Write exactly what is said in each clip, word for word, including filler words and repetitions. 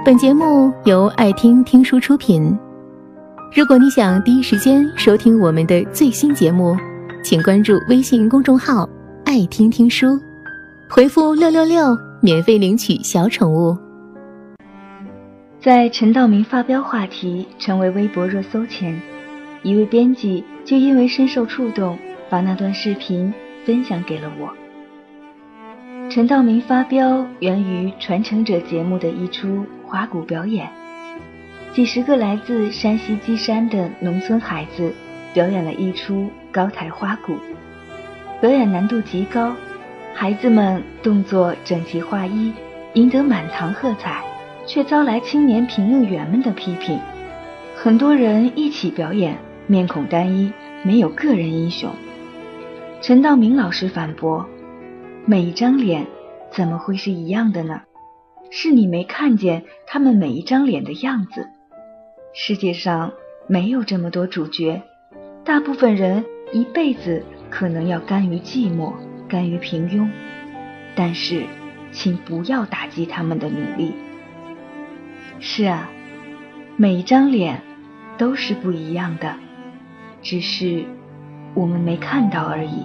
本节目由爱听听书出品。如果你想第一时间收听我们的最新节目，请关注微信公众号爱听听书，回复六六六免费领取小宠物。 在陈道明发飙话题成为微博热搜前，一位编辑就因为深受触动，把那段视频分享给了我。陈道明发飙源于传承者节目的一出花鼓表演，几十个来自山西稷山的农村孩子表演了一出高台花鼓，表演难度极高，孩子们动作整齐划一，赢得满堂喝彩，却遭来青年评论员们的批评。很多人一起表演，面孔单一，没有个人英雄。陈道明老师反驳，每一张脸怎么会是一样的呢？是你没看见他们每一张脸的样子。世界上没有这么多主角，大部分人一辈子可能要甘于寂寞，甘于平庸，但是请不要打击他们的努力。是啊，每一张脸都是不一样的，只是我们没看到而已。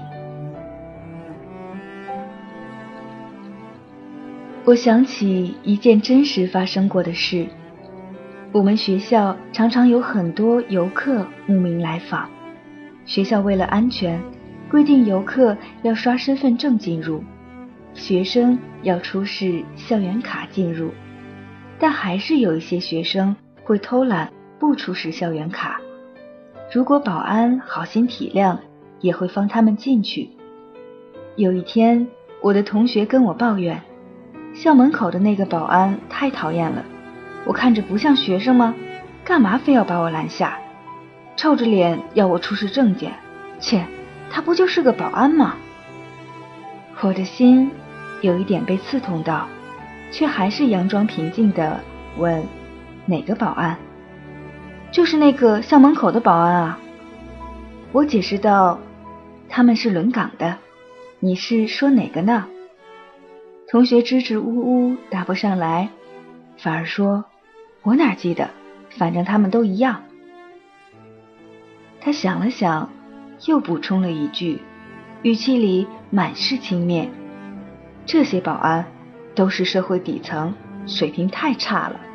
我想起一件真实发生过的事，我们学校常常有很多游客慕名来访，学校为了安全，规定游客要刷身份证进入，学生要出示校园卡进入，但还是有一些学生会偷懒不出示校园卡，如果保安好心体谅，也会放他们进去。有一天，我的同学跟我抱怨，校门口的那个保安太讨厌了，我看着不像学生吗？干嘛非要把我拦下？臭着脸要我出示证件，切，他不就是个保安吗？我的心有一点被刺痛到，却还是佯装平静地问，哪个保安？就是那个校门口的保安啊。我解释道，他们是轮岗的，你是说哪个呢？同学支支吾吾答不上来，反而说，我哪记得，反正他们都一样。他想了想，又补充了一句，语气里满是轻蔑，这些保安都是社会底层，水平太差了。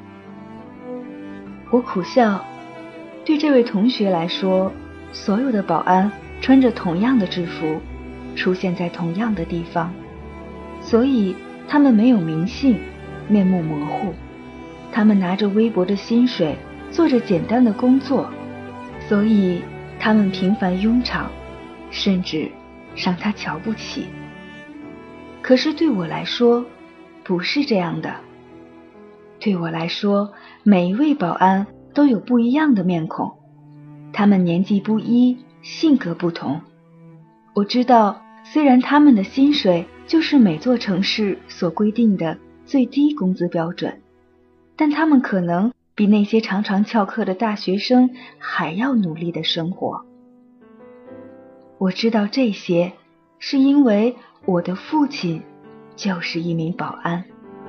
我苦笑，对这位同学来说，所有的保安穿着同样的制服，出现在同样的地方，所以他们没有名姓，面目模糊，他们拿着微薄的薪水，做着简单的工作，所以他们平凡庸常，甚至让他瞧不起。可是对我来说，不是这样的。对我来说，每一位保安都有不一样的面孔，他们年纪不一，性格不同。我知道，虽然他们的薪水就是每座城市所规定的最低工资标准，但他们可能比那些常常翘课的大学生还要努力的生活。我知道这些，是因为我的父亲就是一名保安。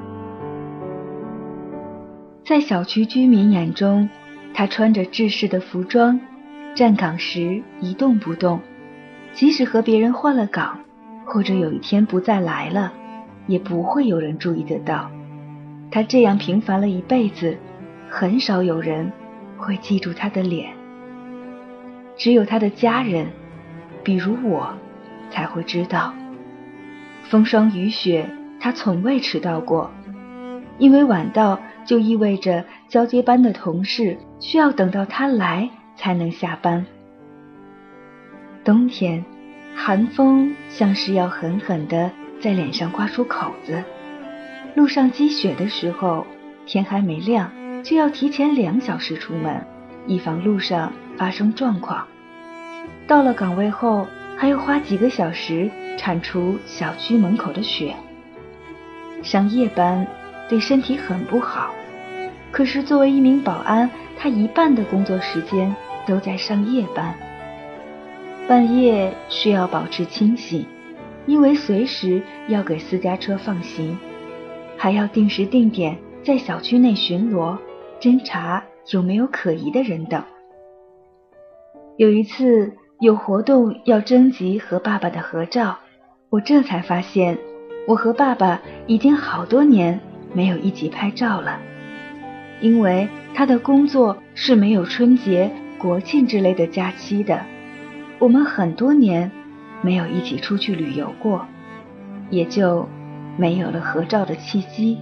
在小区居民眼中，他穿着制式的服装，站岗时一动不动，即使和别人换了岗，或者有一天不再来了，也不会有人注意得到。他这样平凡了一辈子，很少有人会记住他的脸，只有他的家人，比如我，才会知道。风霜雨雪，他从未迟到过，因为晚到就意味着交接班的同事需要等到他来才能下班。冬天，寒风像是要狠狠地在脸上刮出口子，路上积雪的时候，天还没亮就要提前两小时出门，以防路上发生状况。到了岗位后，还要花几个小时铲除小区门口的雪。上夜班对身体很不好，可是作为一名保安，他一半的工作时间都在上夜班。半夜需要保持清醒，因为随时要给私家车放行，还要定时定点在小区内巡逻，侦查有没有可疑的人等。有一次有活动要征集和爸爸的合照，我这才发现我和爸爸已经好多年没有一起拍照了。因为他的工作是没有春节、国庆之类的假期的，我们很多年没有一起出去旅游过，也就没有了合照的契机。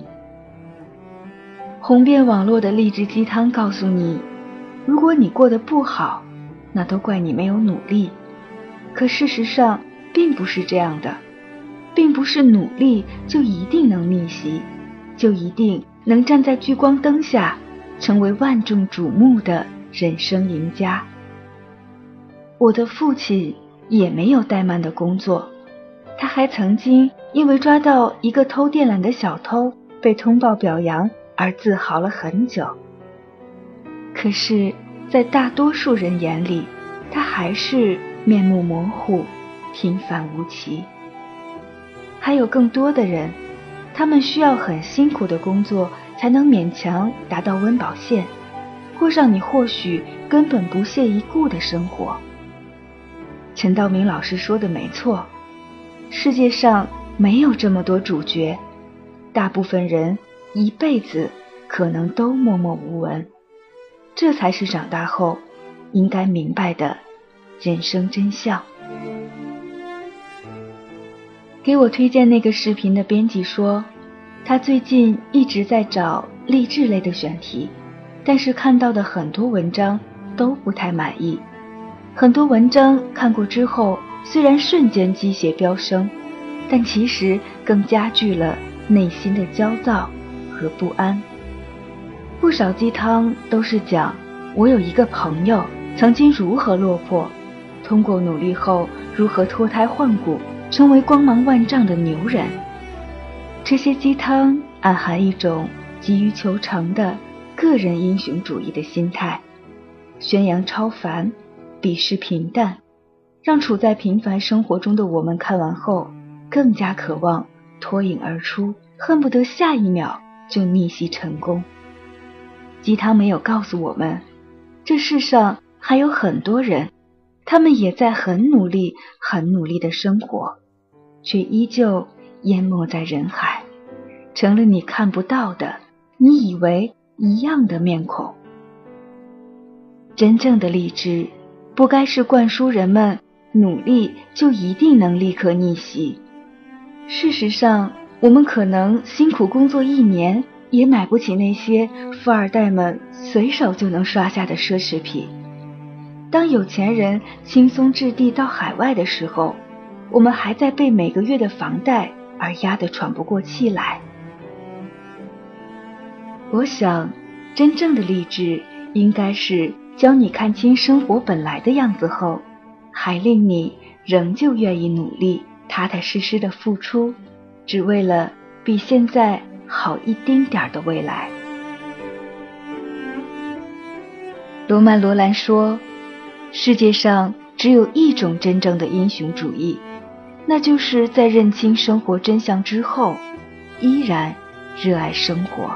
红遍网络的励志鸡汤告诉你，如果你过得不好，那都怪你没有努力。可事实上并不是这样的，并不是努力就一定能逆袭，就一定能站在聚光灯下成为万众瞩目的人生赢家。我的父亲也没有怠慢的工作，他还曾经因为抓到一个偷电缆的小偷被通报表扬而自豪了很久。可是在大多数人眼里，他还是面目模糊，平凡无奇。还有更多的人，他们需要很辛苦的工作才能勉强达到温饱线，过上你或许根本不屑一顾的生活。陈道明老师说的没错，世界上没有这么多主角，大部分人一辈子可能都默默无闻，这才是长大后应该明白的人生真相。给我推荐那个视频的编辑说，他最近一直在找励志类的选题，但是看到的很多文章都不太满意。很多文章看过之后，虽然瞬间鸡血飙升，但其实更加剧了内心的焦躁和不安。不少鸡汤都是讲我有一个朋友曾经如何落魄，通过努力后如何脱胎换骨，成为光芒万丈的牛人。这些鸡汤暗含一种急于求成的个人英雄主义的心态，宣扬超凡，鄙视平淡，让处在平凡生活中的我们看完后更加渴望脱颖而出，恨不得下一秒就逆袭成功。鸡汤没有告诉我们，这世上还有很多人，他们也在很努力很努力的生活，却依旧淹没在人海，成了你看不到的，你以为一样的面孔。真正的励志不该是灌输人们努力就一定能立刻逆袭。事实上，我们可能辛苦工作一年也买不起那些富二代们随手就能刷下的奢侈品。当有钱人轻松置地到海外的时候，我们还在被每个月的房贷而压得喘不过气来。我想，真正的励志应该是教你看清生活本来的样子后，还令你仍旧愿意努力，踏踏实实的付出，只为了比现在好一丁点的未来。罗曼·罗兰说，世界上只有一种真正的英雄主义，那就是在认清生活真相之后，依然热爱生活。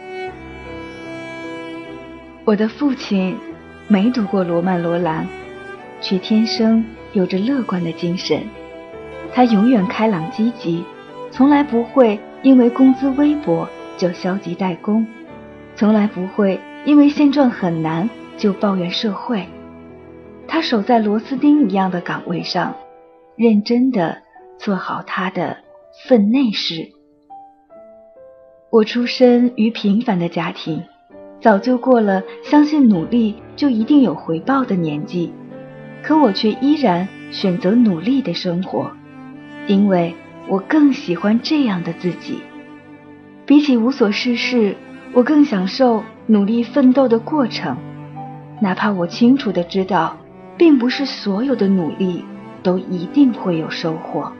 我的父亲没读过罗曼·罗兰，却天生有着乐观的精神。他永远开朗积极，从来不会因为工资微薄就消极怠工，从来不会因为现状很难就抱怨社会。他守在螺丝钉一样的岗位上，认真地做好他的分内事。我出身于平凡的家庭，早就过了相信努力就一定有回报的年纪，可我却依然选择努力的生活，因为我更喜欢这样的自己。比起无所事事，我更享受努力奋斗的过程，哪怕我清楚地知道，并不是所有的努力都一定会有收获。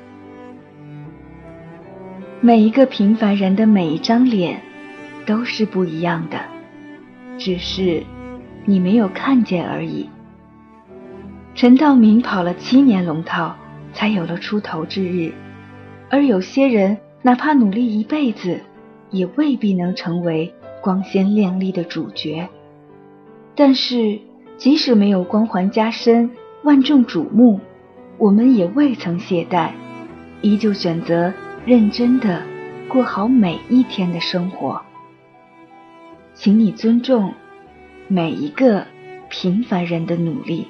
每一个平凡人的每一张脸都是不一样的，只是你没有看见而已。陈道明跑了七年龙套，才有了出头之日，而有些人哪怕努力一辈子， 也未必能成为光鲜亮丽的主角。但是即使没有光环加身、万众瞩目，我们也未曾懈怠，依旧选择认真地过好每一天的生活。请你尊重每一个平凡人的努力。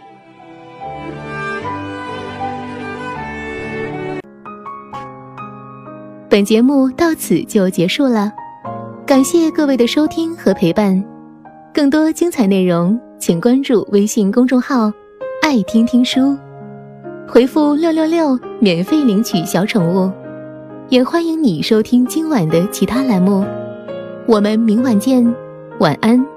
本节目到此就结束了，感谢各位的收听和陪伴。更多精彩内容，请关注微信公众号“爱听听书”，回复六六六免费领取小宠物。也欢迎你收听今晚的其他栏目。我们明晚见，晚安。